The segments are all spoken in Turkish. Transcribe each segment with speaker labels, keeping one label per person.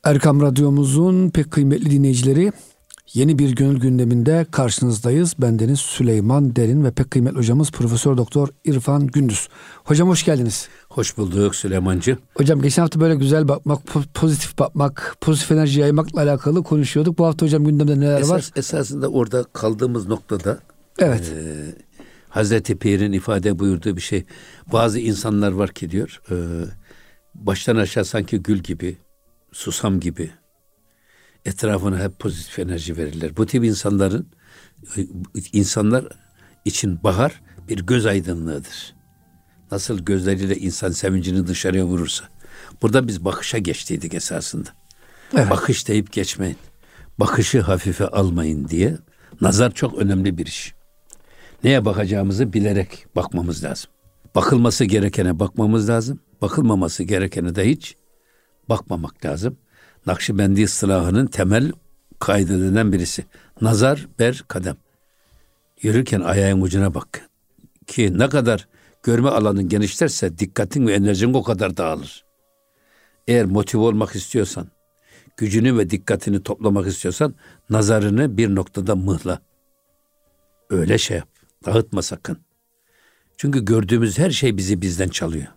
Speaker 1: Erkam Radyomuzun pek kıymetli dinleyicileri, yeni bir gönül gündeminde karşınızdayız. Bendeniz Süleyman Derin ve pek kıymetli hocamız Profesör Doktor İrfan Gündüz. Hocam hoş geldiniz.
Speaker 2: Hoş bulduk Süleymancığım.
Speaker 1: Hocam geçen hafta böyle güzel bakmak, pozitif bakmak, pozitif enerji yaymakla alakalı konuşuyorduk. Bu hafta hocam gündemde neler var?
Speaker 2: Esasında orada kaldığımız noktada
Speaker 1: evet.
Speaker 2: Hazreti Pir'in ifade buyurduğu bir şey. Bazı insanlar var ki diyor, baştan aşağı sanki gül gibi, susam gibi etrafına hep pozitif enerji verirler. Bu tip insanlar için bahar bir göz aydınlığıdır. Nasıl gözleriyle insan sevincini dışarıya vurursa. Burada biz bakışa geçtiydik esasında. Evet. Bakış deyip geçmeyin. Bakışı hafife almayın diye. Nazar çok önemli bir iş. Neye bakacağımızı bilerek bakmamız lazım. Bakılması gerekene bakmamız lazım. Bakılmaması gerekene de hiç bakmamak lazım. Nakşibendi ıstılahının temel kaidelerinden birisi. Nazar ber kadem. Yürürken ayağın ucuna bak. Ki ne kadar görme alanın genişlerse dikkatin ve enerjin o kadar dağılır. Eğer motive olmak istiyorsan, gücünü ve dikkatini toplamak istiyorsan nazarını bir noktada mıhla. Öyle şey yap. Dağıtma sakın. Çünkü gördüğümüz her şey bizi bizden çalıyor.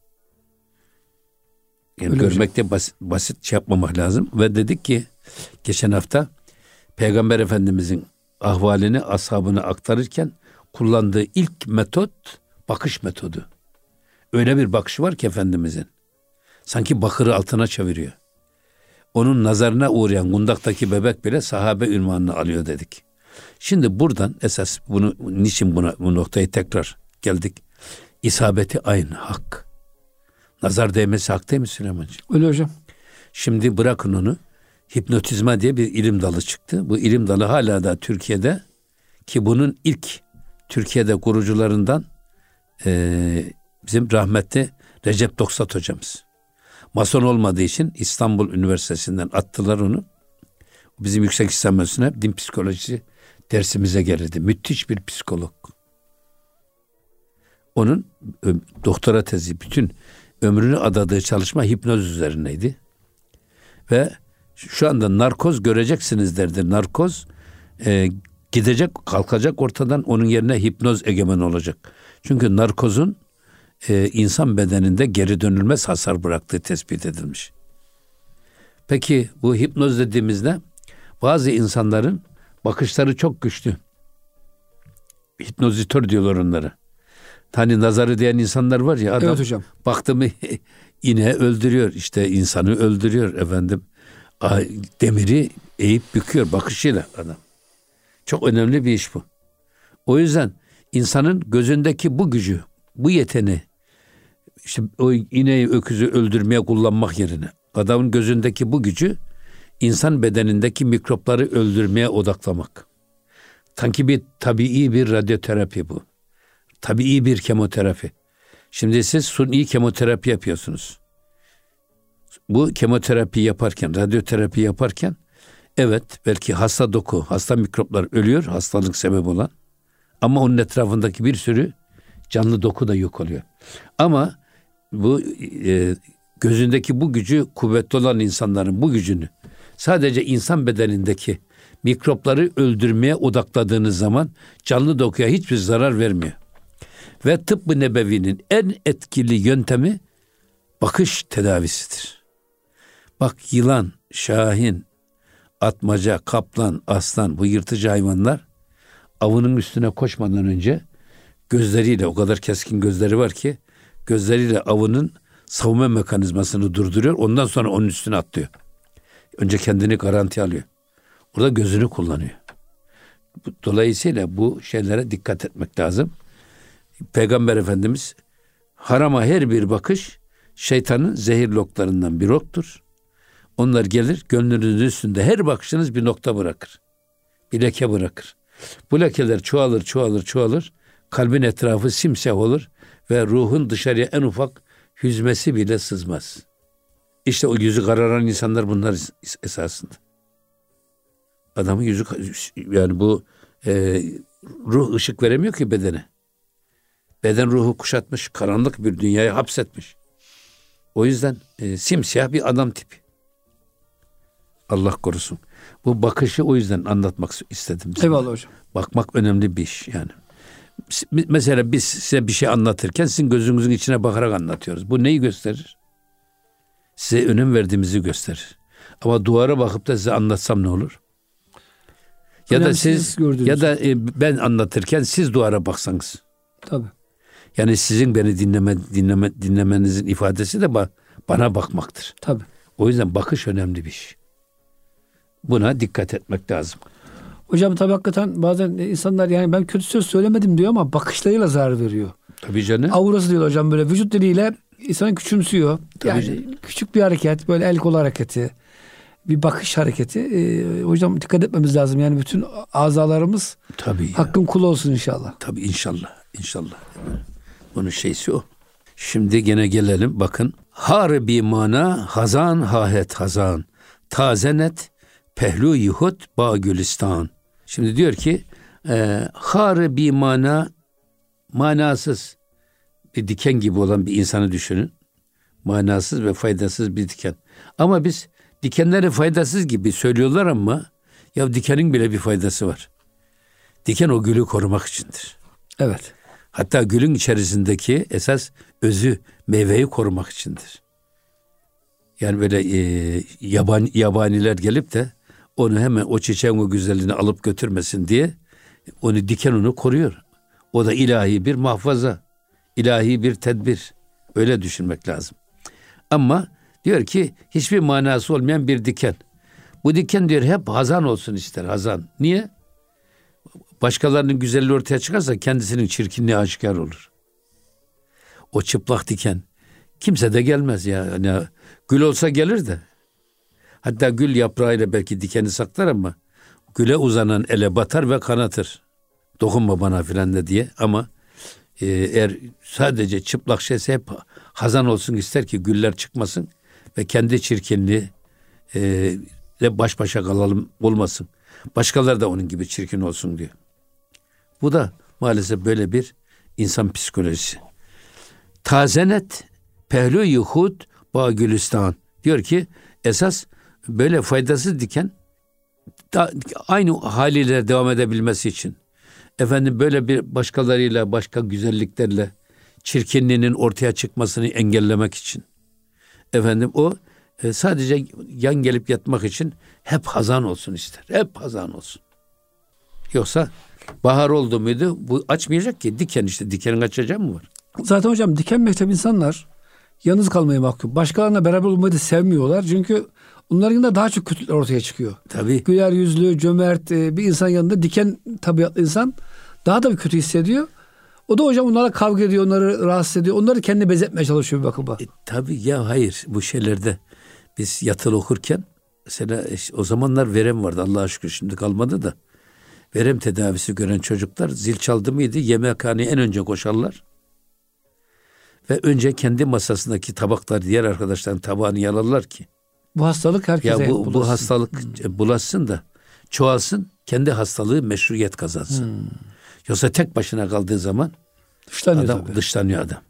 Speaker 2: Yani görmekte basit şey yapmamak lazım. Ve dedik ki geçen hafta Peygamber Efendimizin ahvalini ashabına aktarırken kullandığı ilk metot bakış metodu. Öyle bir bakışı var ki Efendimizin. Sanki bakırı altına çeviriyor. Onun nazarına uğrayan kundaktaki bebek bile sahabe ünvanını alıyor dedik. Şimdi buradan esas niçin bu noktayı tekrar geldik? İsabeti aynı hak. Nazar değmesi hak değil mi Süleymancığım?
Speaker 1: Öyle hocam.
Speaker 2: Şimdi bırakın onu. Hipnotizma diye bir ilim dalı çıktı. Bu ilim dalı hala da Türkiye'de, ki bunun ilk Türkiye'de kurucularından bizim rahmetli Recep Doksat hocamız. Mason olmadığı için İstanbul Üniversitesi'nden attılar onu. Bizim yüksek İslam hep din psikolojisi dersimize gelirdi. Müthiş bir psikolog. Onun doktora tezi, bütün ömrünü adadığı çalışma hipnoz üzerineydi. Ve şu anda narkoz göreceksiniz derdi. Narkoz gidecek, kalkacak ortadan, onun yerine hipnoz egemen olacak. Çünkü narkozun insan bedeninde geri dönülmez hasar bıraktığı tespit edilmiş. Peki bu hipnoz dediğimizde bazı insanların bakışları çok güçlü. Hipnozitör diyorlar onlara. Hani nazarı diyen insanlar var ya, adam
Speaker 1: evet hocam.
Speaker 2: Baktı mı ineği öldürüyor, işte insanı öldürüyor efendim. Demiri eğip büküyor bakışıyla adam. Çok önemli bir iş bu. O yüzden insanın gözündeki bu gücü, bu yeteneği, işte o ineği, öküzü öldürmeye kullanmak yerine adamın gözündeki bu gücü insan bedenindeki mikropları öldürmeye odaklamak. Sanki bir tabii bir radyoterapi bu. Tabii bir kemoterapi. Şimdi siz suni kemoterapi yapıyorsunuz. Bu kemoterapi yaparken, radyoterapi yaparken evet belki hasta doku, hasta mikroplar ölüyor, hastalık sebebi olan. Ama onun etrafındaki bir sürü canlı doku da yok oluyor. Ama bu gözündeki bu gücü kuvvetli olan insanların bu gücünü sadece insan bedenindeki mikropları öldürmeye odakladığınız zaman canlı dokuya hiçbir zarar vermiyor. Ve tıbbı nebevinin en etkili yöntemi bakış tedavisidir. Bak, yılan, şahin, atmaca, kaplan, aslan, bu yırtıcı hayvanlar avının üstüne koşmadan önce gözleriyle, o kadar keskin gözleri var ki gözleriyle avının savunma mekanizmasını durduruyor. Ondan sonra onun üstüne atlıyor. Önce kendini garanti alıyor. Orada gözünü kullanıyor. Dolayısıyla bu şeylere dikkat etmek lazım. Peygamber Efendimiz harama her bir bakış şeytanın zehirli oklarından bir oktur. Onlar gelir gönlünüzün üstünde her bakışınız bir nokta bırakır. Bir leke bırakır. Bu lekeler çoğalır. Kalbin etrafı simsiyah olur ve ruhun dışarıya en ufak hüzmesi bile sızmaz. İşte o yüzü kararan insanlar bunlar esasında. Adamın yüzü, yani bu ruh ışık veremiyor ki bedene. Beden ruhu kuşatmış, karanlık bir dünyaya hapsetmiş. O yüzden simsiyah bir adam tipi. Allah korusun. Bu bakışı o yüzden anlatmak istedim.
Speaker 1: Eyvallah hocam.
Speaker 2: Bakmak önemli bir iş yani. Mesela biz size bir şey anlatırken sizin gözünüzün içine bakarak anlatıyoruz. Bu neyi gösterir? Size önem verdiğimizi gösterir. Ama duvara bakıp da size anlatsam ne olur? Ya da siz gördünüz. Ya da ben anlatırken siz duvara baksanız.
Speaker 1: Tabii.
Speaker 2: Yani sizin beni dinlemenizin ifadesi de bana bakmaktır.
Speaker 1: Tabii.
Speaker 2: O yüzden bakış önemli bir şey. Buna dikkat etmek lazım.
Speaker 1: Hocam tabii hakikaten bazen insanlar yani ben kötü söz söylemedim diyor ama bakışlarıyla zarar veriyor.
Speaker 2: Tabii canım.
Speaker 1: Aurası diyor hocam, böyle vücut diliyle insanı küçümsüyor.
Speaker 2: Tabii
Speaker 1: yani
Speaker 2: canım.
Speaker 1: Küçük bir hareket, böyle el kol hareketi, bir bakış hareketi. Hocam dikkat etmemiz lazım. Yani bütün azalarımız
Speaker 2: tabii
Speaker 1: hakkın kulu olsun inşallah.
Speaker 2: Tabii inşallah. İnşallah. Bunun şeysi o. Şimdi gene gelelim bakın. Harbi mana hazan hahet hazan. Tazenet pehlu yuhut ba gülistan. Şimdi diyor ki harbi mana, manasız bir diken gibi olan bir insanı düşünün. Manasız ve faydasız bir diken. Ama biz dikenleri faydasız gibi söylüyorlar ama ya dikenin bile bir faydası var. Diken o gülü korumak içindir.
Speaker 1: Evet.
Speaker 2: Hatta gülün içerisindeki esas özü, meyveyi korumak içindir. Yani böyle yabaniler gelip de onu hemen o çiçeğin o güzelliğini alıp götürmesin diye diken onu koruyor. O da ilahi bir mahfaza, ilahi bir tedbir. Öyle düşünmek lazım. Ama diyor ki hiçbir manası olmayan bir diken. Bu diken diyor hep hazan olsun ister, hazan. Niye? Başkalarının güzelliği ortaya çıkarsa kendisinin çirkinliği aşikar olur. O çıplak diken kimse de gelmez ya. Yani gül olsa gelir de. Hatta gül yaprağıyla belki dikeni saklar ama güle uzanan ele batar ve kanatır. Dokunma bana filan da diye. Ama eğer sadece çıplak şeyse hep hazan olsun ister ki güller çıkmasın ve kendi çirkinliği ile baş başa kalalım olmasın. Başkaları da onun gibi çirkin olsun diyor. Bu da maalesef böyle bir insan psikolojisi. Tazenet pehlu yuhud ba gülistan. Diyor ki esas böyle faydasız diken aynı haliyle devam edebilmesi için böyle bir başkalarıyla, başka güzelliklerle çirkinliğinin ortaya çıkmasını engellemek için o sadece yan gelip yatmak için hep hazan olsun ister. Hep hazan olsun. Yoksa bahar oldu muydu bu açmayacak ki, diken işte, dikenin açacağı mı var?
Speaker 1: Zaten hocam diken mektep insanlar yalnız kalmayı mahkum. Başkalarına beraber olmayı da sevmiyorlar. Çünkü onların yanında daha çok kötülükler ortaya çıkıyor.
Speaker 2: Tabii.
Speaker 1: Güler yüzlü, cömert bir insan yanında diken tabiatlı insan daha da bir kötü hissediyor. O da hocam onlarla kavga ediyor, onları rahatsız ediyor. Onları kendine benzetmeye çalışıyor bir bakıma.
Speaker 2: Tabii ya, hayır, bu şeylerde biz yatılı okurken mesela o zamanlar verem vardı, Allah'a şükür şimdi kalmadı da. Verem tedavisi gören çocuklar zil çaldı mıydı yemekhaneye en önce koşarlar. Ve önce kendi masasındaki tabaklar diğer arkadaşların tabağını yalarlar ki.
Speaker 1: Bu hastalık herkese bulaşsın.
Speaker 2: Bu hastalık bulaşsın da çoğalsın, kendi hastalığı meşruiyet kazansın. Yoksa tek başına kaldığı zaman dışlanıyor adam.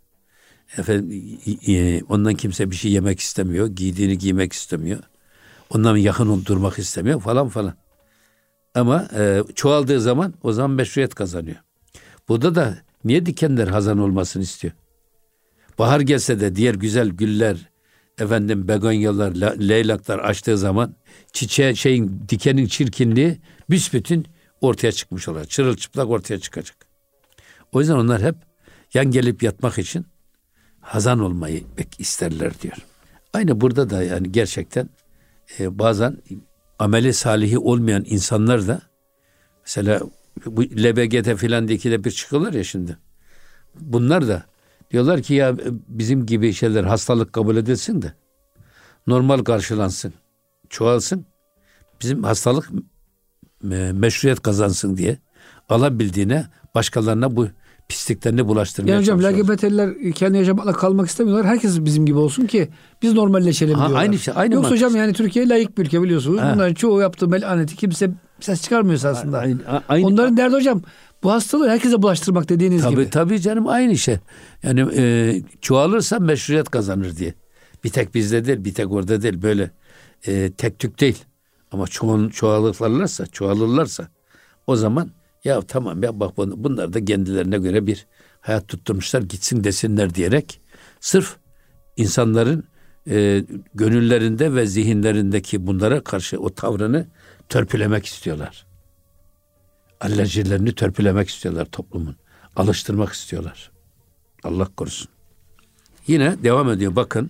Speaker 2: Ondan kimse bir şey yemek istemiyor, giydiğini giymek istemiyor. Ondan yakın durmak istemiyor falan. Ama çoğaldığı zaman o zaman meşruiyet kazanıyor. Burada da niye dikenler hazan olmasını istiyor? Bahar gelse de diğer güzel güller, begonyalar, leylaklar açtığı zaman dikenin çirkinliği büsbütün ortaya çıkmış olacak. Çırılçıplak ortaya çıkacak. O yüzden onlar hep yan gelip yatmak için hazan olmayı isterler diyor. Aynı burada da yani gerçekten bazen ameli salihi olmayan insanlar da mesela bu LBGT filan diye ikide bir çıkıyorlar ya şimdi. Bunlar da diyorlar ki ya bizim gibi şeyler hastalık kabul edilsin de normal karşılansın, çoğalsın. Bizim hastalık meşruiyet kazansın diye alabildiğine başkalarına bu pisliklerini bulaştırmaya çalışıyorlar.
Speaker 1: Yani hocam LGBT'liler kendi yaşamakla kalmak istemiyorlar. Herkes bizim gibi olsun ki biz normalleşelim diyorlar.
Speaker 2: Aynı
Speaker 1: Yoksa hocam yani Türkiye layık bir ülke biliyorsunuz. Bunların çoğu yaptığı melaneti kimse ses çıkarmıyor aslında. Onların derdi hocam bu hastalığı herkese bulaştırmak dediğiniz gibi.
Speaker 2: Tabii canım, aynı şey. Yani çoğalırsa meşruiyet kazanır diye. Bir tek bizde değil, bir tek orada değil. Böyle tek tük değil. Ama çoğalırlarsa o zaman ya tamam ya bak bunlar da kendilerine göre bir hayat tutturmuşlar gitsin desinler diyerek sırf insanların gönüllerinde ve zihinlerindeki bunlara karşı o tavrını törpülemek istiyorlar. Alerjilerini törpülemek istiyorlar toplumun. Alıştırmak istiyorlar. Allah korusun. Yine devam ediyor bakın.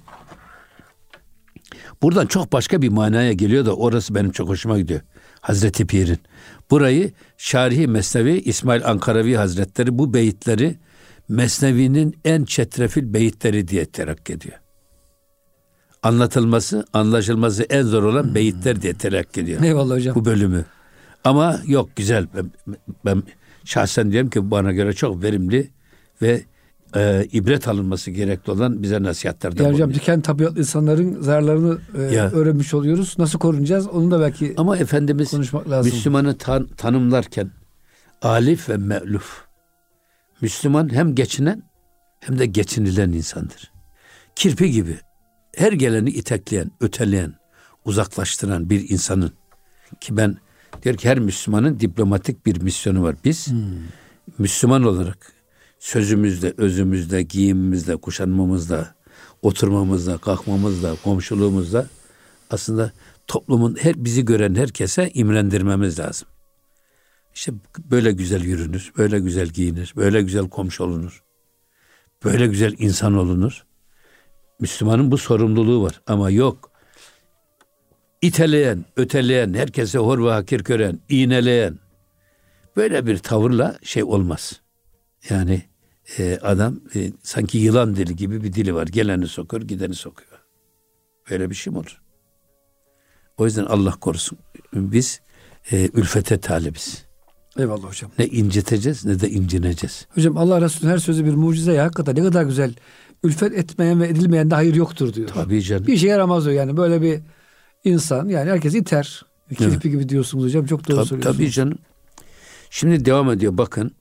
Speaker 2: Buradan çok başka bir manaya geliyor da orası benim çok hoşuma gidiyor. Hazreti Pir'in. Burayı Şarihi Mesnevi İsmail Ankaravi Hazretleri bu beyitleri Mesnevi'nin en çetrefil beyitleri diye terakki ediyor. Anlatılması, anlaşılması en zor olan beyitler diye terakki ediyor.
Speaker 1: Eyvallah hocam.
Speaker 2: Bu bölümü. Ama yok güzel. Ben şahsen diyorum ki bana göre çok verimli ve ibret alınması gerekli olan bize nasihatlerden.
Speaker 1: Yani hocam diken tabiatlı insanların zararlarını öğrenmiş oluyoruz. Nasıl korunacağız? Onu da belki
Speaker 2: ama Efendimiz
Speaker 1: konuşmak lazım.
Speaker 2: Müslümanı tanımlarken alif ve me'luf. Müslüman hem geçinen hem de geçinilen insandır. Kirpi gibi her geleni itekleyen, öteleyen, uzaklaştıran bir insanın ki ben diyor ki her Müslümanın diplomatik bir misyonu var. Biz Müslüman olarak sözümüzde, özümüzde, giyimimizde, kuşanmamızda, oturmamızda, kalkmamızda, komşuluğumuzda aslında toplumun bizi gören herkese imrendirmemiz lazım. İşte böyle güzel yürünür, böyle güzel giyinir, böyle güzel komşu olunur, böyle güzel insan olunur. Müslümanın bu sorumluluğu var ama yok. İteleyen, öteleyen, herkese hor ve hakir gören, iğneleyen böyle bir tavırla olmaz. Yani adam sanki yılan dili gibi bir dili var. Geleni sokuyor, gideni sokuyor. Böyle bir şey mi olur? O yüzden Allah korusun. Biz ülfete talibiz.
Speaker 1: Eyvallah hocam.
Speaker 2: Ne inciteceğiz ne de incineceğiz.
Speaker 1: Hocam Allah Resulü'nün her sözü bir mucize ya. Hakikaten ne kadar güzel. Ülfet etmeyen ve edilmeyen de hayır yoktur diyor.
Speaker 2: Tabii canım.
Speaker 1: Bir işe yaramaz o yani. Böyle bir insan yani herkes iter. Kirpi gibi diyorsunuz hocam. Çok doğru söylüyorsunuz.
Speaker 2: Tabii canım. Şimdi devam ediyor bakın.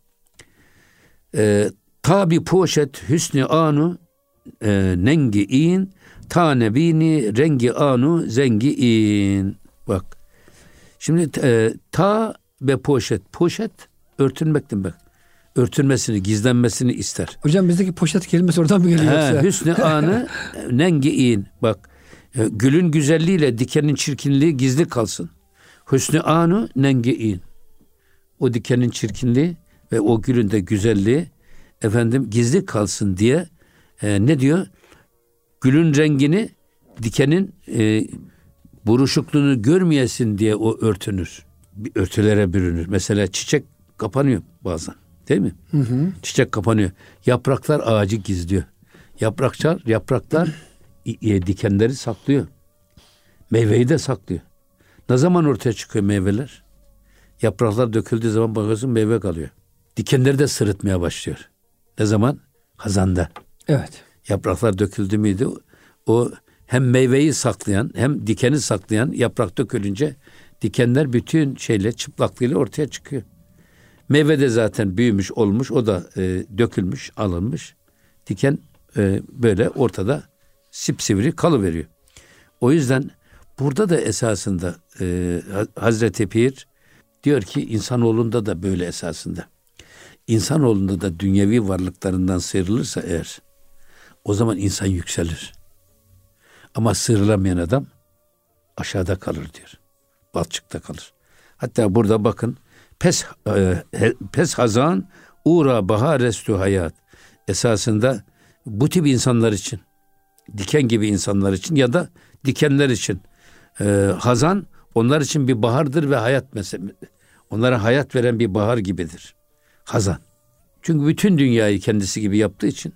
Speaker 2: Tabi poşet hüsnü anu nengi in tanebini rengi anu zengi in. Bak. Şimdi ta ve poşet örtünmektir bak. Örtünmesini, gizlenmesini ister.
Speaker 1: Hocam bizdeki poşet kelimesi oradan mı geliyor yoksa?
Speaker 2: Hüsnü anı nengi in. Bak. Gülün güzelliğiyle dikenin çirkinliği gizli kalsın. Hüsnü anu nengi in. O dikenin çirkinliği ve o gülün de güzelliği gizli kalsın diye ne diyor? Gülün rengini dikenin buruşukluğunu görmeyesin diye o örtünür. Örtülere bürünür. Mesela çiçek kapanıyor bazen. Değil mi? Hı hı. Çiçek kapanıyor. Yapraklar ağacı gizliyor. Yapraklar dikenleri saklıyor. Meyveyi de saklıyor. Ne zaman ortaya çıkıyor meyveler? Yapraklar döküldüğü zaman bakıyorsun meyve kalıyor. Dikenleri de sırıtmaya başlıyor. Ne zaman? Hazanda.
Speaker 1: Evet.
Speaker 2: Yapraklar döküldü müydü? O hem meyveyi saklayan hem dikeni saklayan yaprak dökülünce dikenler bütün çıplaklığıyla ortaya çıkıyor. Meyve de zaten büyümüş olmuş. O da dökülmüş, alınmış. Diken böyle ortada sipsivri kalıveriyor. O yüzden burada da esasında Hazreti Pir diyor ki insanoğlunda da böyle esasında. İnsanoğlunda da dünyevi varlıklarından sıyrılırsa eğer o zaman insan yükselir. Ama sıyrılamayan adam aşağıda kalır diyor. Balçıkta kalır. Hatta burada bakın pes hazan uğra baharestu hayat. Esasında bu tip insanlar için diken gibi insanlar için ya da dikenler için hazan onlar için bir bahardır ve hayat mesela. Onlara hayat veren bir bahar gibidir. Hazan. Çünkü bütün dünyayı kendisi gibi yaptığı için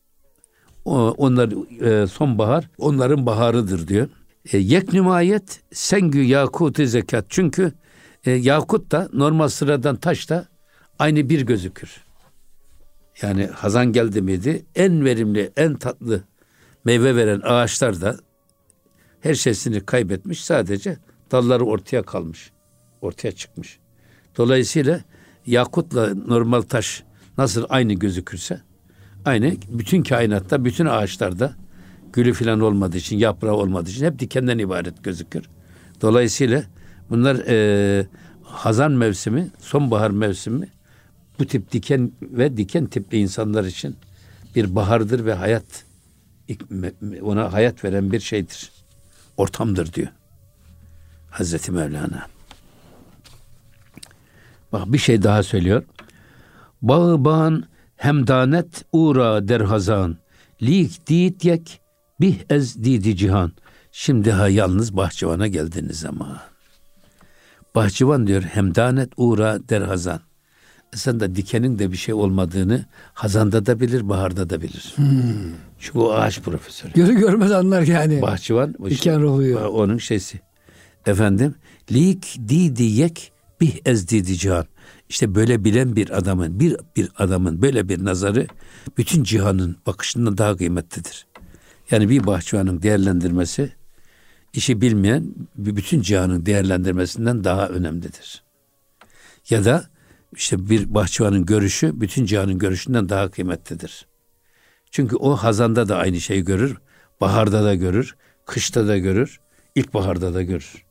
Speaker 2: onlar sonbahar onların baharıdır diyor. Yeknümayet sengü yakutu zekat. Çünkü yakut da normal sıradan taş da aynı bir gözükür. Yani hazan geldi miydi en verimli, en tatlı meyve veren ağaçlar da her şeysini kaybetmiş. Sadece dalları ortaya kalmış. Ortaya çıkmış. Dolayısıyla yakutla normal taş nasıl aynı gözükürse aynı bütün kainatta, bütün ağaçlarda gülü filan olmadığı için, yaprağı olmadığı için hep dikenden ibaret gözükür. Dolayısıyla Bunlar hazan mevsimi, sonbahar mevsimi bu tip diken ve diken tipli insanlar için bir bahardır ve hayat, ona hayat veren bir şeydir. Ortamdır diyor Hazreti Mevlana. Bak bir şey daha söylüyor. Bağban hemdanet uğra derhazan lik dit yek bih ez didi cihan. Şimdi yalnız bahçıvana geldiğiniz zaman. Bahçıvan diyor hemdanet uğra derhazan. Aslında dikenin de bir şey olmadığını hazanda da bilir, baharda da bilir. Çünkü o ağaç profesörü.
Speaker 1: Görü görmez anlar yani.
Speaker 2: Bahçıvan
Speaker 1: diken ruhuyu.
Speaker 2: Onun şeysi. Efendim, lik didi yek bih ez didi cihan. İşte böyle bilen bir adamın, bir adamın böyle bir nazarı bütün cihanın bakışından daha kıymetlidir. Yani bir bahçıvanın değerlendirmesi işi bilmeyen bütün cihanın değerlendirmesinden daha önemlidir. Ya da işte bir bahçıvanın görüşü bütün cihanın görüşünden daha kıymetlidir. Çünkü o hazanda da aynı şeyi görür, baharda da görür, kışta da görür, ilkbaharda da görür.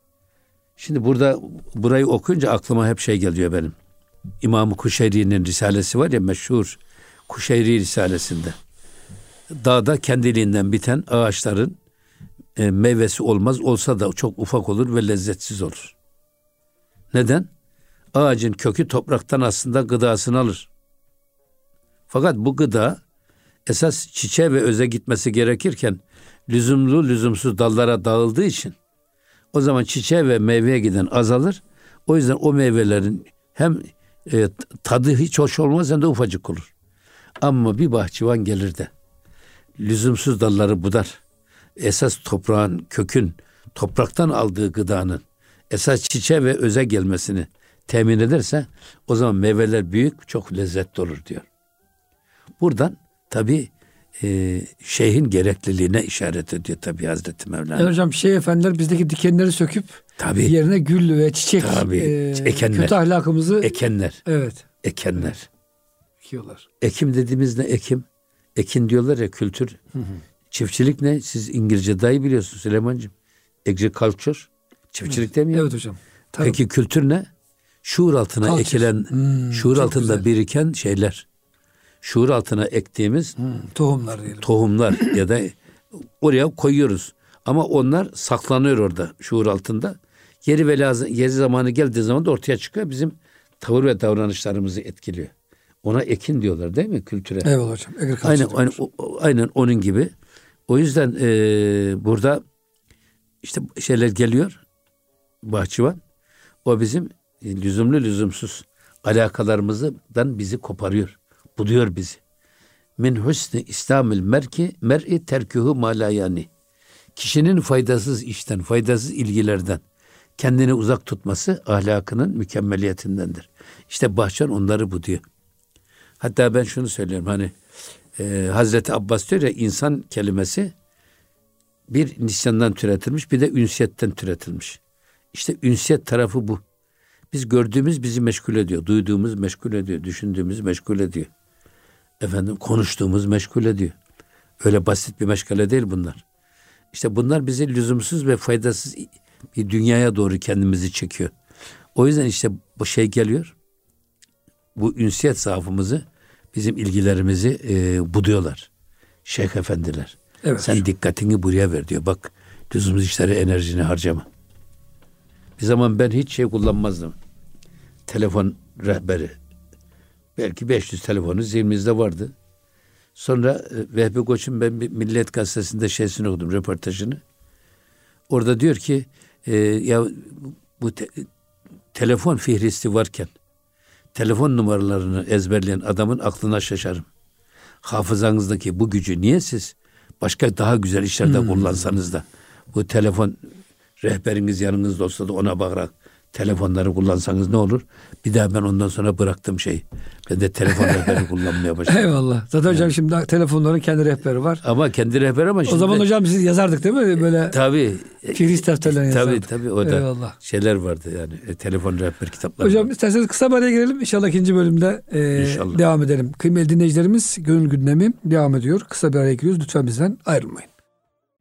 Speaker 2: Şimdi burayı okuyunca aklıma hep şey geliyor benim. İmam-ı Kuşeyri'nin risalesi var ya, meşhur Kuşeyri risalesinde. Dağda kendiliğinden biten ağaçların meyvesi olmaz, olsa da çok ufak olur ve lezzetsiz olur. Neden? Ağacın kökü topraktan aslında gıdasını alır. Fakat bu gıda esas çiçeğe ve öze gitmesi gerekirken lüzumlu lüzumsuz dallara dağıldığı için o zaman çiçeğe ve meyveye giden azalır. O yüzden o meyvelerin hem tadı hiç hoş olmaz hem de ufacık olur. Ama bir bahçıvan gelir de lüzumsuz dalları budar. Esas toprağın, kökün, topraktan aldığı gıdanın esas çiçeğe ve öze gelmesini temin ederse o zaman meyveler büyük, çok lezzetli olur diyor. Buradan tabii şeyhin gerekliliğine işaret ediyor tabii Hazreti Mevlana.
Speaker 1: Hocam Şeyh efendiler bizdeki dikenleri söküp tabii yerine gül ve çiçek ekenler, kötü ahlakımızı
Speaker 2: ekenler.
Speaker 1: Evet.
Speaker 2: Ekenler.
Speaker 1: Evet. Ekiyorlar.
Speaker 2: Ekim dediğimiz ne? Ekim. Ekin diyorlar ya, kültür. Hı. Çiftçilik ne? Siz İngilizce daha iyi biliyorsunuz Süleyman'cığım. Agriculture. Çiftçilik değil mi?
Speaker 1: Evet hocam. Tabii.
Speaker 2: Peki kültür ne? Şuur altına ekilen, şuur altında güzel biriken şeyler. Şuur altına ektiğimiz
Speaker 1: tohumlar diyelim.
Speaker 2: Tohumlar ya da oraya koyuyoruz. Ama onlar saklanıyor orada şuur altında. Yeri zamanı geldiği zaman da ortaya çıkıyor. Bizim tavır ve davranışlarımızı etkiliyor. Ona ekin diyorlar değil mi kültüre?
Speaker 1: Evet hocam.
Speaker 2: Aynen onun gibi. O yüzden burada işte şeyler geliyor. Bahçıvan. O bizim lüzumlu lüzumsuz alakalarımızdan bizi koparıyor. Buluyor bizi. Min husni İslamil mer'i terkühü malayani. Kişinin faydasız işten, faydasız ilgilerden kendini uzak tutması ahlakının mükemmeliyetindendir. İşte bahçıvan onları bu diyor. Hatta ben şunu söylüyorum, hani Hazreti Abbas diyor ya, insan kelimesi bir nisyandan türetilmiş, bir de ünsiyetten türetilmiş. İşte ünsiyet tarafı bu. Biz gördüğümüz bizi meşgul ediyor, duyduğumuz meşgul ediyor, düşündüğümüz meşgul ediyor. Konuştuğumuz meşgul ediyor. Öyle basit bir meşgale değil bunlar. İşte bunlar bizi lüzumsuz ve faydasız bir dünyaya doğru kendimizi çekiyor. O yüzden işte bu şey geliyor. Bu ünsiyet zaafımızı, bizim ilgilerimizi buduyorlar. Şeyh efendiler. Evet. Sen dikkatini buraya ver diyor. Bak, lüzumsuz işlere enerjini harcama. Bir zaman ben hiç şey kullanmazdım. Telefon rehberi. Belki 500 telefonumuz elimizde vardı. Sonra Vehbi Koç'un ben bir Milliyet Gazetesi'nde şeysini okudum, röportajını. Orada diyor ki ya bu telefon fihristi varken telefon numaralarını ezberleyen adamın aklına şaşarım. Hafızanızdaki bu gücü niye siz başka daha güzel işlerde kullansanız da, bu telefon rehberiniz yanınızda olsa da ona bakarak telefonları kullansanız ne olur? Bir daha ben ondan sonra bıraktım şeyi. Ben de telefon rehberi kullanmaya başladım.
Speaker 1: Eyvallah. Zaten hocam şimdi telefonların kendi rehberi var.
Speaker 2: Ama kendi rehberi ama şimdi.
Speaker 1: O zaman hocam biz yazardık değil mi? Böyle
Speaker 2: tabii.
Speaker 1: Firis defterlerine yazardık.
Speaker 2: Tabii o da eyvallah şeyler vardı yani. Telefon rehber kitapları.
Speaker 1: Hocam
Speaker 2: vardı.
Speaker 1: İsterseniz kısa bir araya girelim. İnşallah ikinci bölümde devam edelim. Kıymetli dinleyicilerimiz, Gönül Gündemi devam ediyor. Kısa bir araya giriyoruz. Lütfen bizden ayrılmayın.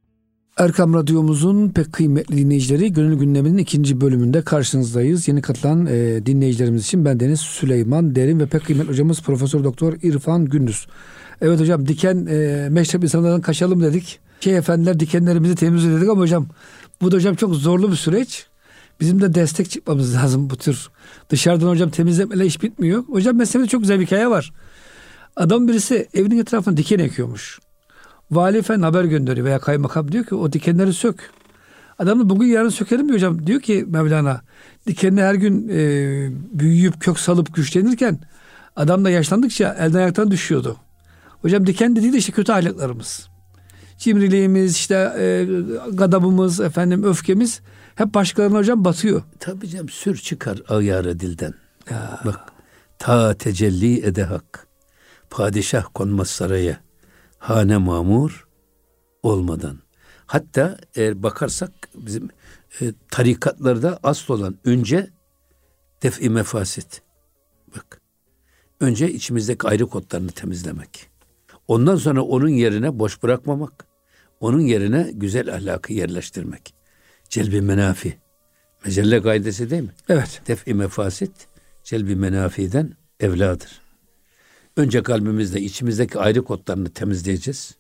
Speaker 1: Erkam Radyomuzun pek kıymetli dinleyicileri, Gönül Gündemi'nin 2. bölümünde karşınızdayız. Yeni katılan dinleyicilerimiz için bendeniz Süleyman Derin ve pek kıymetli hocamız Profesör Doktor İrfan Gündüz. Evet hocam, diken meşrep insanlardan kaçalım dedik. Efendiler, dikenlerimizi temizle dedik ama hocam bu da hocam çok zorlu bir süreç. Bizim de destek çıkmamız lazım bu tür. Dışarıdan hocam temizlemeyle iş bitmiyor. Hocam mesela çok güzel bir hikaye var. Adam birisi evinin etrafına diken ekiyormuş. Vali efendi haber gönderiyor veya kaymakam, diyor ki o dikenleri sök. Adam da bugün yarın sökelim diyor hocam. Diyor ki Mevlana, dikenler her gün büyüyüp kök salıp güçlenirken adam da yaşlandıkça elden ayaktan düşüyordu. Hocam diken dediği de işte kötü ahlaklarımız. Cimriliğimiz, işte gadabımız, öfkemiz hep başkalarına hocam batıyor.
Speaker 2: Tabii canım, sür çıkar ayarı dilden. Ya. Bak, ta tecelli ede hak. Padişah konmaz saraya. Hane mamur olmadan. Hatta eğer bakarsak bizim tarikatlarda asıl olan önce def-i mefasit. Bak. Önce içimizdeki ayrık otlarını temizlemek. Ondan sonra onun yerine boş bırakmamak. Onun yerine güzel ahlakı yerleştirmek. Celbi menafi. Mecelle kaidesi değil mi?
Speaker 1: Evet.
Speaker 2: Def-i mefasit celbi menafiden evladır. Önce kalbimizde içimizdeki ayrık otlarını temizleyeceğiz.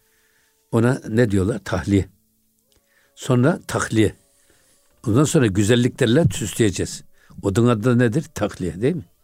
Speaker 2: Ona ne diyorlar? Tahliye. Sonra tahliye. Ondan sonra güzelliklerle süsleyeceğiz. Onun adı da nedir? Tahliye, değil mi?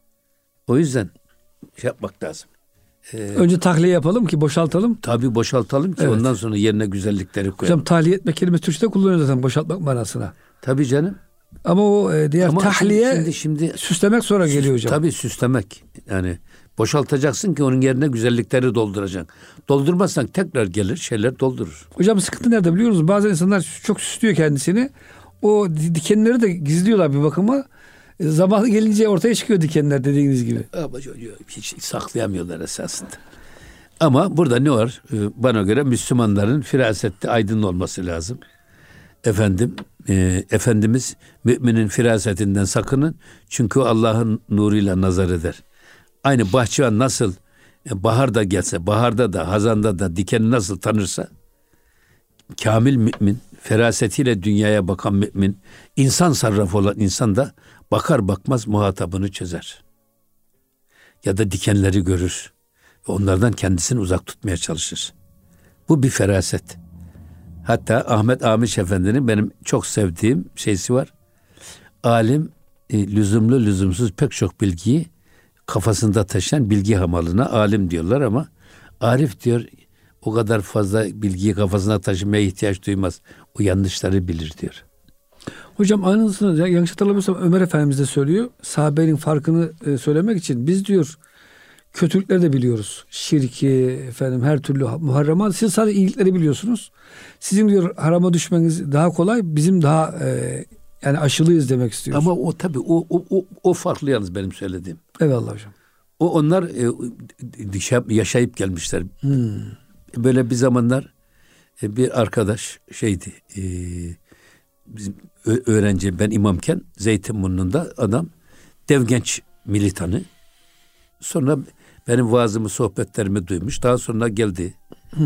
Speaker 2: O yüzden şey yapmak lazım.
Speaker 1: Önce tahliye yapalım ki boşaltalım.
Speaker 2: Tabii boşaltalım ki ondan sonra yerine güzellikleri koyalım.
Speaker 1: Hocam tahliye etme kelimesi Türkçe'de kullanıyor zaten boşaltmak manasına.
Speaker 2: Tabii canım.
Speaker 1: Ama o diğer tahliye
Speaker 2: şimdi
Speaker 1: süslemek sonra geliyor hocam.
Speaker 2: Tabii süslemek. Yani boşaltacaksın ki onun yerine güzellikleri dolduracaksın. Doldurmazsan tekrar gelir şeyler doldurur.
Speaker 1: Hocam sıkıntı nerede biliyor musunuz? Bazen insanlar çok süslüyor kendisini. O dikenleri de gizliyorlar bir bakıma. Zamanı gelince ortaya çıkıyor dikenler dediğiniz gibi.
Speaker 2: Ama hiç saklayamıyorlar esasında. Ama burada ne var? Bana göre Müslümanların firasette aydın olması lazım. Efendimiz müminin firasetinden sakının. Çünkü Allah'ın nuruyla nazar eder. Aynı bahçıvan nasıl baharda gelse, baharda da, hazanda da dikeni nasıl tanırsa, kamil mümin, ferasetiyle dünyaya bakan mümin, insan sarrafı olan insan da bakar bakmaz muhatabını çözer. Ya da dikenleri görür. Onlardan kendisini uzak tutmaya çalışır. Bu bir feraset. Hatta Ahmet Amiş Efendi'nin benim çok sevdiğim şeysi var. Alim lüzumlu lüzumsuz pek çok bilgiyi kafasında taşıyan bilgi hamalına alim diyorlar ama arif diyor o kadar fazla bilgiyi kafasına taşımaya ihtiyaç duymaz. O yanlışları bilir diyor.
Speaker 1: Hocam aynısını yanlış hatırlamıyorsam Ömer Efendimiz de söylüyor. Sahabenin farkını söylemek için biz diyor kötülükleri de biliyoruz. Şirki, her türlü muharremat. Siz sadece iyilikleri biliyorsunuz. Sizin diyor harama düşmeniz daha kolay. Bizim daha yani aşılıyız demek istiyoruz.
Speaker 2: Ama o tabii o farklı yalnız benim söylediğim.
Speaker 1: Eyvallah hocam.
Speaker 2: Onlar yaşayıp gelmişler. Böyle bir zamanlar bir arkadaş bizim öğrenci, ben imamken Zeytinburnu'nda adam dev genç militanı. Sonra benim vaazımı, sohbetlerimi duymuş. Daha sonra geldi.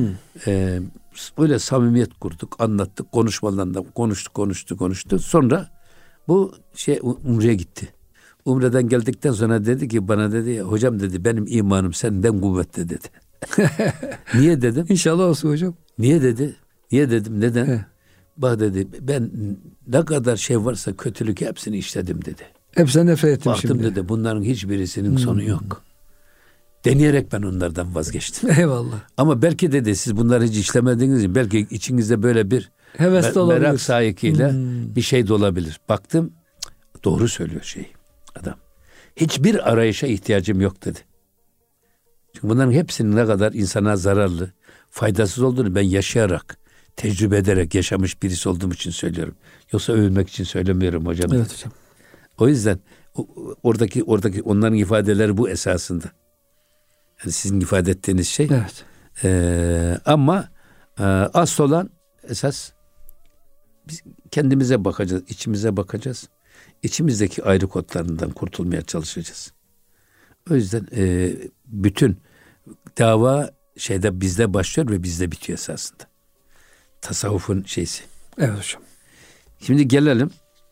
Speaker 2: Öyle samimiyet kurduk, anlattık, konuşmalarında konuştu. Sonra bu Umre'ye gitti. Umre'den geldikten sonra dedi ki bana, dedi hocam, dedi benim imanım senden kuvvetli, dedi. Niye dedim?
Speaker 1: İnşallah olsun hocam.
Speaker 2: Niye dedi? Niye dedim? Neden? Bak dedi, ben ne kadar şey varsa kötülük hepsini işledim, dedi.
Speaker 1: Hepsine nefret ettim
Speaker 2: baktım
Speaker 1: şimdi.
Speaker 2: Dedi bunların hiçbirisinin sonu yok. Deneyerek ben onlardan vazgeçtim.
Speaker 1: Eyvallah.
Speaker 2: Ama belki dedi siz bunları hiç işlemediğiniz için belki içinizde böyle bir merak sahikiyle bir şey de olabilir. Baktım doğru söylüyor adam. Hiçbir arayışa ihtiyacım yok, dedi. Çünkü bunların hepsinin ne kadar insana zararlı, faydasız olduğunu ben yaşayarak, tecrübe ederek yaşamış birisi olduğum için söylüyorum. Yoksa övülmek için söylemiyorum hocam.
Speaker 1: Evet hocam.
Speaker 2: O yüzden oradaki onların ifadeleri bu esasında. Yani sizin ifade ettiğiniz şey.
Speaker 1: Evet.
Speaker 2: Ama asıl olan esas biz kendimize bakacağız, içimize bakacağız. İçimizdeki ayrı kodlarından kurtulmaya çalışacağız. O yüzden bütün dava bizde başlıyor ve bizde bitiyor esasında. tasavvufun şeysi.
Speaker 1: Evet hocam.
Speaker 2: Şimdi gelelim.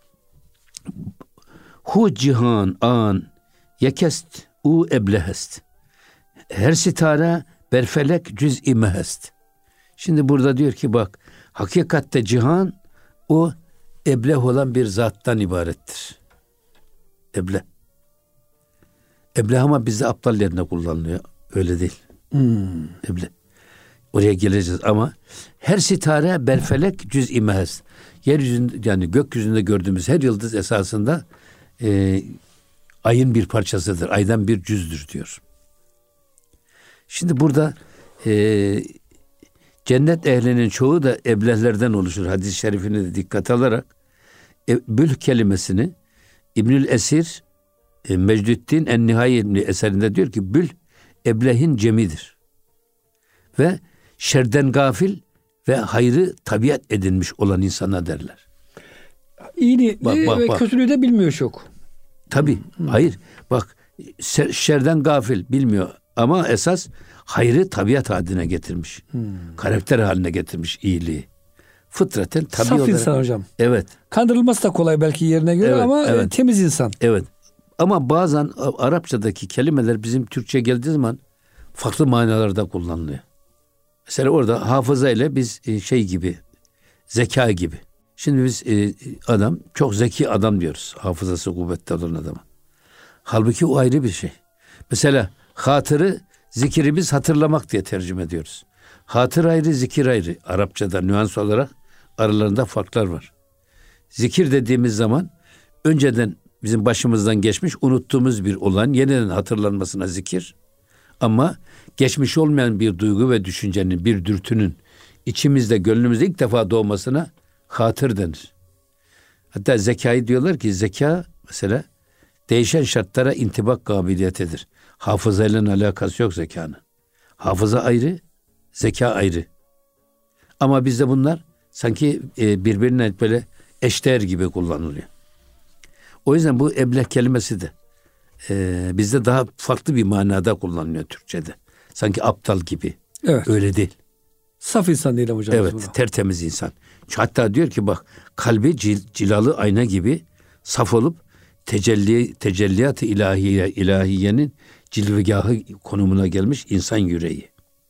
Speaker 2: Hu cihan an yekest u eblehest. Her sitare berfelek cüz-i mehest. Şimdi burada diyor ki bak, hakikatte cihan o ebleh olan bir zattan ibarettir. Ebleh. Ebleh ama bizde aptal yerine kullanılıyor. Öyle değil. Ebleh. Oraya geleceğiz ama her sitare berfelek cüz-i mehest. Yeryüzünde, yani gökyüzünde gördüğümüz her yıldız esasında ayın bir parçasıdır. Aydan bir cüzdür diyor. Şimdi burada cennet ehlinin çoğu da eblehlerden oluşur. Hadis-i şerifine de dikkat alarak bül kelimesini İbnül Esir Mecdüddin En-Nihai isimli eserinde diyor ki bül eblehin cemidir. Ve şerden gafil ve hayrı tabiat edinmiş olan insana derler.
Speaker 1: İyi niyetli ve kötülüğü de bilmiyor çok.
Speaker 2: Tabii. Hayır. Bak, şerden gafil bilmiyor ama esas hayrı tabiat haline getirmiş. Karakter haline getirmiş iyiliği. Fıtraten tabii
Speaker 1: Saf
Speaker 2: olarak.
Speaker 1: insan hocam.
Speaker 2: Evet.
Speaker 1: Kandırılması da kolay belki yerine göre,
Speaker 2: Evet,
Speaker 1: ama
Speaker 2: evet.
Speaker 1: temiz insan.
Speaker 2: Evet. Ama bazen Arapçadaki kelimeler bizim Türkçe geldiği zaman farklı manalarda kullanılıyor. Mesela orada hafıza ile biz şey gibi, zeka gibi. Şimdi biz adam, çok zeki adam diyoruz. Hafızası kuvvetli olan adama. Halbuki o ayrı bir şey. Mesela hatırı, zikri biz hatırlamak diye tercüme ediyoruz. Hatır ayrı, zikir ayrı. Arapçada nüans olarak aralarında farklar var. Zikir dediğimiz zaman önceden bizim başımızdan geçmiş, unuttuğumuz bir olan yeniden hatırlanmasına zikir. Ama geçmiş olmayan bir duygu ve düşüncenin, bir dürtünün içimizde, gönlümüzde ilk defa doğmasına hatır denir. Hatta zekayı diyorlar ki zeka mesela değişen şartlara intibak kabiliyetidir. Hafızayla alakası yok zekanın. Hafıza ayrı, zeka ayrı. Ama bizde bunlar sanki birbirine böyle eşdeğer gibi kullanılıyor. O yüzden bu ebleh kelimesi de bizde daha farklı bir manada kullanılıyor Türkçe'de. Sanki aptal gibi. Evet. Öyle değil.
Speaker 1: Saf insan değil hocam.
Speaker 2: Evet, tertemiz insan. Hatta diyor ki bak, kalbi cilalı ayna gibi saf olup tecelliyat-ı ilahiyenin cilvegahı konumuna gelmiş insan yüreği.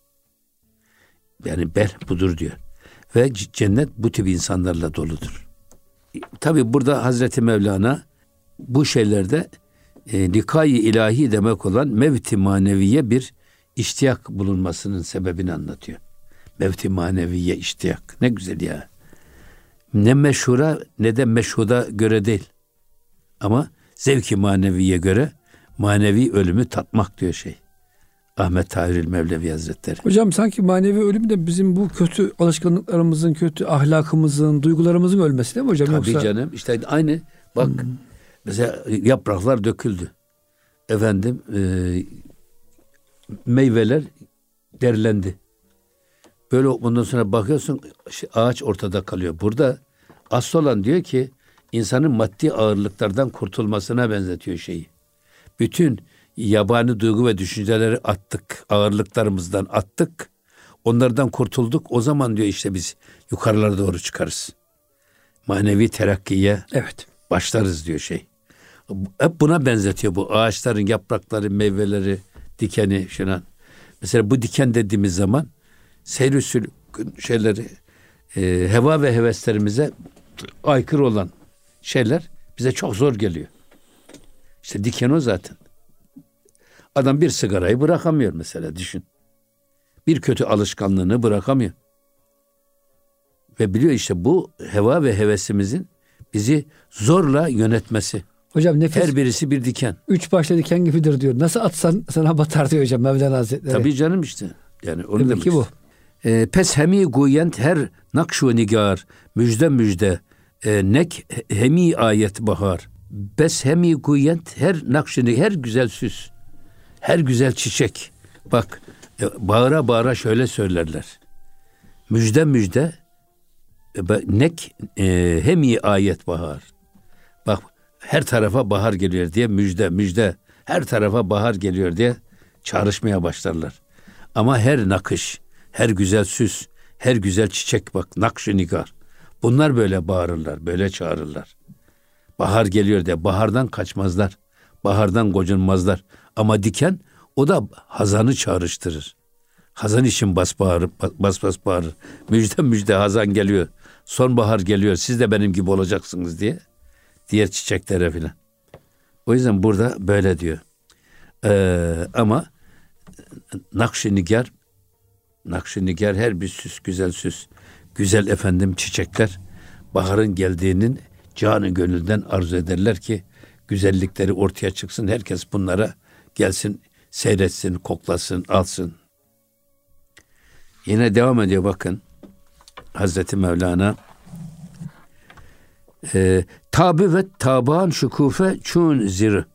Speaker 2: Yani budur diyor. Ve cennet bu tip insanlarla doludur. Tabi burada Hazreti Mevlana bu şeylerde likay-ı ilahi demek olan mevt-i maneviye bir iştiyak bulunmasının sebebini anlatıyor. Mevt-i maneviye iştiyak. Ne güzel ya. Ne meşhura ne de meşhuda göre değil. Ama zevk-i maneviye göre manevi ölümü tatmak diyor şey. Ahmet Tahirül Mevlevi Hazretleri.
Speaker 1: Hocam sanki manevi ölüm de bizim bu kötü alışkanlıklarımızın, kötü ahlakımızın, duygularımızın ölmesi değil mi hocam?
Speaker 2: Tabii canım. İşte aynı. Bak mesela yapraklar döküldü. Efendim meyveler derlendi. Böyle ondan sonra bakıyorsun ağaç ortada kalıyor. Burada asıl olan diyor ki insanın maddi ağırlıklardan kurtulmasına benzetiyor şeyi. Bütün yabani duygu ve düşünceleri attık. Ağırlıklarımızdan attık. Onlardan kurtulduk. O zaman diyor işte biz yukarılara doğru çıkarız. Manevi terakkiye başlarız diyor şey. Hep buna benzetiyor bu ağaçların yaprakları, meyveleri, dikeni şuna. Mesela bu diken dediğimiz zaman seyr-i şeyleri, heva ve heveslerimize aykırı olan şeyler bize çok zor geliyor. İşte diken o zaten. Adam bir sigarayı bırakamıyor mesela, düşün. Bir kötü alışkanlığını bırakamıyor. Ve biliyor işte bu heva ve hevesimizin bizi zorla yönetmesi.
Speaker 1: Hocam nefes,
Speaker 2: her birisi bir diken.
Speaker 1: 3 başlı diken gibidir diyor. Nasıl atsan sana batar diyor hocam Mevlana Hazretleri.
Speaker 2: Tabii canım işte. Yani onu
Speaker 1: demek ki bu.
Speaker 2: Pes hemi guyent her nakşu nigar müjde müjde nek hemi ayet bahar. Pes hemi guyent her nakşu, her güzel süs, her güzel çiçek. Bak bağıra bağıra şöyle söylerler. Müjde müjde nek hemi ayet bahar. Bak her tarafa bahar geliyor diye müjde müjde, her tarafa bahar geliyor diye çağrışmaya başlarlar. Ama her nakış, her güzel süs, her güzel çiçek bak, nakş-ı nigar. Bunlar böyle bağırırlar, böyle çağırırlar. Bahar geliyor diye bahardan kaçmazlar. Bahardan gocunmazlar. Ama diken o da hazanı çağrıştırır. Hazan için bas bağırır. Müjde müjde hazan geliyor. Sonbahar geliyor. Siz de benim gibi olacaksınız diye. Diğer çiçeklere filan. O yüzden burada böyle diyor. Ama nakş-ı nigar her bir süs, güzel süs. Güzel efendim çiçekler baharın geldiğinin canı gönülden arzu ederler ki güzellikleri ortaya çıksın. Herkes bunlara gelsin, seyretsin, koklasın, alsın. Yine devam ediyor bakın. Hazreti Mevlana tabi ve taban şukufe çun zirı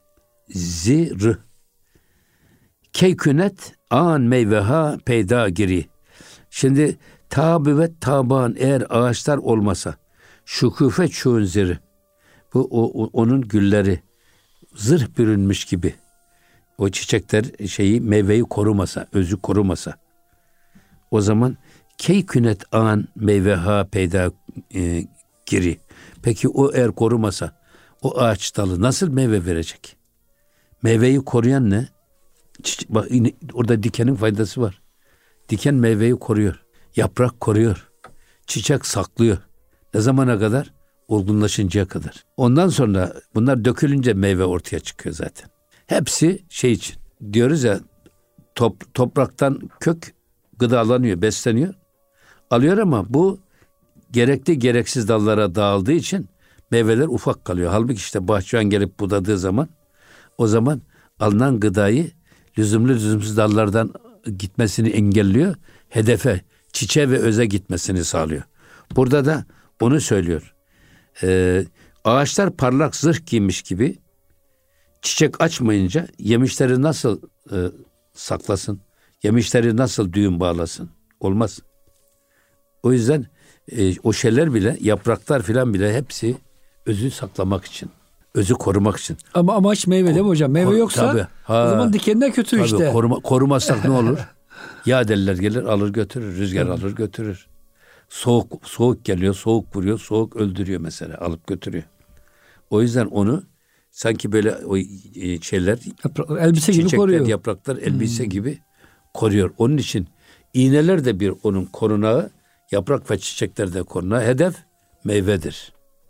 Speaker 2: keykünet an meyveha peyda giri. Şimdi tabi ve taban eğer ağaçlar olmasa şukufe çun zirı bu onun gülleri zırh bürünmüş gibi o çiçekler meyveyi korumasa, özü korumasa o zaman keykünet an meyveha peyda giri. Peki o eğer korumasa o ağaç dalı nasıl meyve verecek? Meyveyi koruyan ne? Bak orada dikenin faydası var. Diken meyveyi koruyor. Yaprak koruyor. Çiçek saklıyor. Ne zamana kadar? Olgunlaşıncaya kadar. Ondan sonra bunlar dökülünce meyve ortaya çıkıyor zaten. Hepsi için diyoruz ya topraktan kök gıdalanıyor, besleniyor. Alıyor ama bu gerekli gereksiz dallara dağıldığı için meyveler ufak kalıyor. Halbuki işte bahçıvan gelip budadığı zaman o zaman alınan gıdayı lüzumsuz dallardan gitmesini engelliyor. Hedefe, çiçeğe ve öze gitmesini sağlıyor. Burada da onu söylüyor. Ağaçlar parlak zırh giymiş gibi çiçek açmayınca yemişleri nasıl saklasın? Yemişleri nasıl düğüm bağlasın? Olmaz. O yüzden o şeyler bile, yapraklar filan bile hepsi özü saklamak için. Özü korumak için.
Speaker 1: Ama amaç meyve değil mi hocam? Meyve yoksa tabii, o zaman dikenler kötü tabii, işte.
Speaker 2: Korumazsak ne olur? Yağ deliler gelir alır götürür. Rüzgar alır götürür. Soğuk geliyor, soğuk vuruyor, soğuk öldürüyor mesela. Alıp götürüyor. O yüzden onu sanki böyle o şeyler
Speaker 1: elbise gibi koruyor.
Speaker 2: Yapraklar elbise gibi koruyor. Onun için iğneler de bir onun korunağı, yaprak ve çiçekler de korunağı. Hedef meyvedir.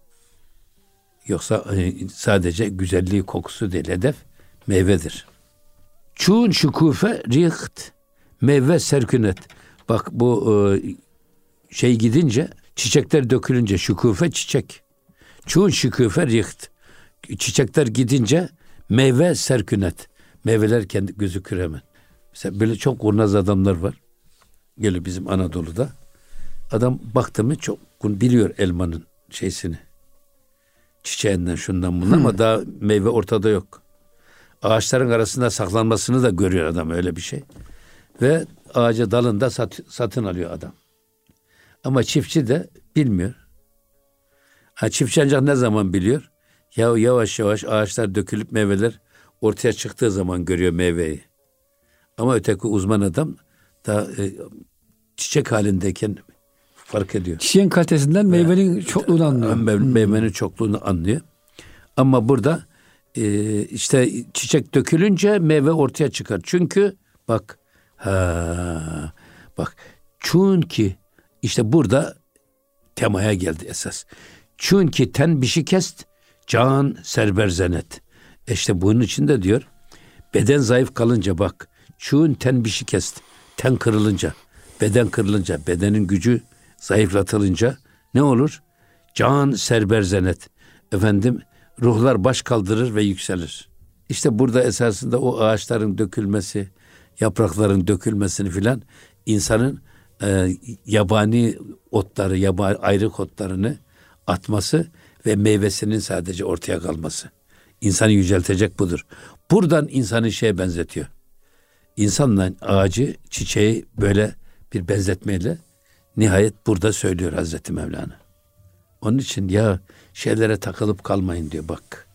Speaker 2: Yoksa sadece güzelliği, kokusu değil. Hedef meyvedir. Çun şukufe riht meyve serkünet. Bak bu gidince, çiçekler dökülünce şukufe çiçek. Çun şukufe riht. Çiçekler gidince meyve serkünet. Meyveler kendi gözükür hemen. Mesela böyle çok kurnaz adamlar var. Geliyor bizim Anadolu'da. Adam baktı mı çok biliyor elmanın çiçeğinden şundan bundan ama daha meyve ortada yok. Ağaçların arasında saklanmasını da görüyor adam öyle bir şey. Ve ağaca dalında satın alıyor adam. Ama çiftçi de bilmiyor. Çiftçi ancak ne zaman biliyor? Yavaş yavaş ağaçlar dökülüp meyveler ortaya çıktığı zaman görüyor meyveyi. Ama öteki uzman adam da çiçek halindeyken fark ediyor.
Speaker 1: Çiçeğin kalitesinden meyvenin çokluğunu anlıyor.
Speaker 2: Meyvenin çokluğunu anlıyor. Ama burada işte çiçek dökülünce meyve ortaya çıkar. Çünkü bak çünkü işte burada temaya geldi esas. Çünkü ten bir şey kest, can serberzenet. İşte bunun için de diyor, beden zayıf kalınca bak, çün ten bir şey kest, ten kırılınca, beden kırılınca, bedenin gücü zayıflatılınca ne olur? Can serberzenet. Ruhlar baş kaldırır ve yükselir. İşte burada esasında o ağaçların dökülmesi, yaprakların dökülmesini filan insanın yabani otları, ayrık otlarını atması ve meyvesinin sadece ortaya kalması. İnsanı yüceltecek budur. Buradan insanı benzetiyor. İnsanla ağacı, çiçeği böyle bir benzetmeyle nihayet burada söylüyor Hazreti Mevlana. Onun için şeylere takılıp kalmayın diyor bak.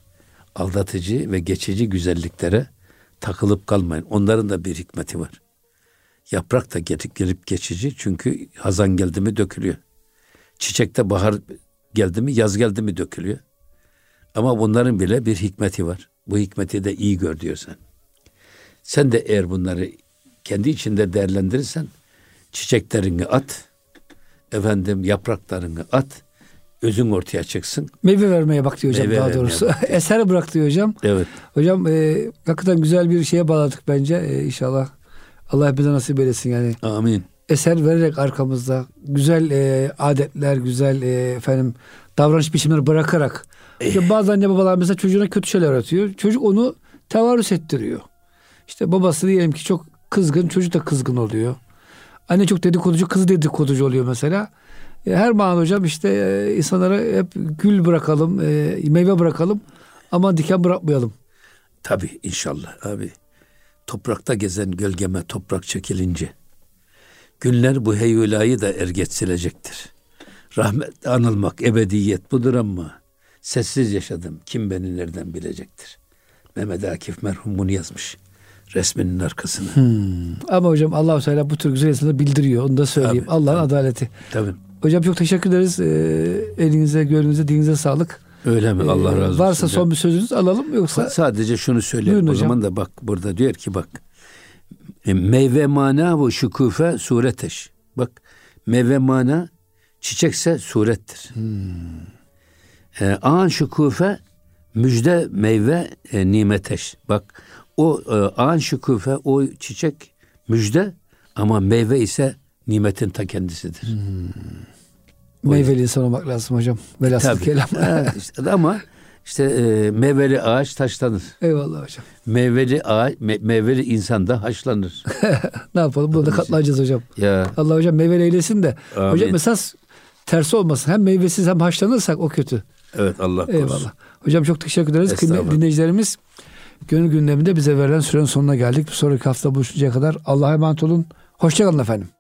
Speaker 2: Aldatıcı ve geçici güzelliklere takılıp kalmayın. Onların da bir hikmeti var. Yaprak da gelip geçici, çünkü hazan geldi mi dökülüyor. Çiçekte bahar geldi mi, yaz geldi mi dökülüyor. Ama bunların bile bir hikmeti var. Bu hikmeti de iyi gör diyor sen. Sen de eğer bunları kendi içinde değerlendirirsen, çiçeklerini at, yapraklarını at, özün ortaya çıksın.
Speaker 1: Meyve vermeye bak diyor hocam,
Speaker 2: Meyve
Speaker 1: daha doğrusu.
Speaker 2: bak.
Speaker 1: Eser bırak diyor hocam.
Speaker 2: Evet.
Speaker 1: Hocam hakikaten güzel bir şeye bağladık bence. İnşallah Allah hepimize nasip eylesin yani.
Speaker 2: Amin.
Speaker 1: Eser vererek arkamızda güzel adetler, güzel davranış biçimleri bırakarak. İşte bazı anne babalar mesela çocuğuna kötü şeyler öğretiyor. Çocuk onu tevarüs ettiriyor. İşte babası diyelim ki çok kızgın, çocuk da kızgın oluyor. Anne çok dedikoducu, kızı dedikoducu oluyor mesela. Her manada hocam işte insanlara hep gül bırakalım, meyve bırakalım ama diken bırakmayalım.
Speaker 2: Tabii inşallah abi. Toprakta gezen gölgeme toprak çekilince günler bu heyulayı da ergeç silecektir. Rahmet anılmak ebediyet budur ama sessiz yaşadım, kim beni nereden bilecektir. Mehmet Akif merhum bunu yazmış resminin arkasına.
Speaker 1: Ama hocam Allah-u Teala bu tür güzel insanları bildiriyor. Onu da söyleyeyim.
Speaker 2: Tabii,
Speaker 1: Allah'ın
Speaker 2: tabii.
Speaker 1: adaleti.
Speaker 2: Tabii.
Speaker 1: Hocam çok teşekkür ederiz. Elinize, gönlünüze, dilinize sağlık.
Speaker 2: Öyle mi? Allah razı olsun.
Speaker 1: Varsa son bir sözünüz alalım, yoksa?
Speaker 2: Sadece şunu söyleyeyim. O zaman da bak burada diyor ki bak. Meyve mana ve şükufe sureteş. Bak, meyve mana çiçekse surettir. An şükufe müjde meyve nimeteş. Bak, o an şükufe, o çiçek müjde, ama meyve ise nimetin ta kendisidir.
Speaker 1: Meyveli insan olmak lazım hocam. Velhasıl kelam.
Speaker 2: Ama işte meyveli ağaç taşlanır.
Speaker 1: Eyvallah hocam.
Speaker 2: Meyveli ağaç, meyveli insan da haşlanır.
Speaker 1: Ne yapalım? Bunu da katlanacağız hocam.
Speaker 2: Ya.
Speaker 1: Allah hocam meyveli eylesin de.
Speaker 2: Amin.
Speaker 1: Hocam esas tersi olmasın. Hem meyvesiz hem haşlanırsak o kötü.
Speaker 2: Evet, Allah korusun.
Speaker 1: Eyvallah. Hocam çok teşekkür ederiz. Kıymetli dinleyicilerimiz, Gönül gündeminde bize verilen sürenin sonuna geldik. Bir sonraki hafta buluşuncaya kadar Allah'a emanet olun. Hoşça kalın efendim.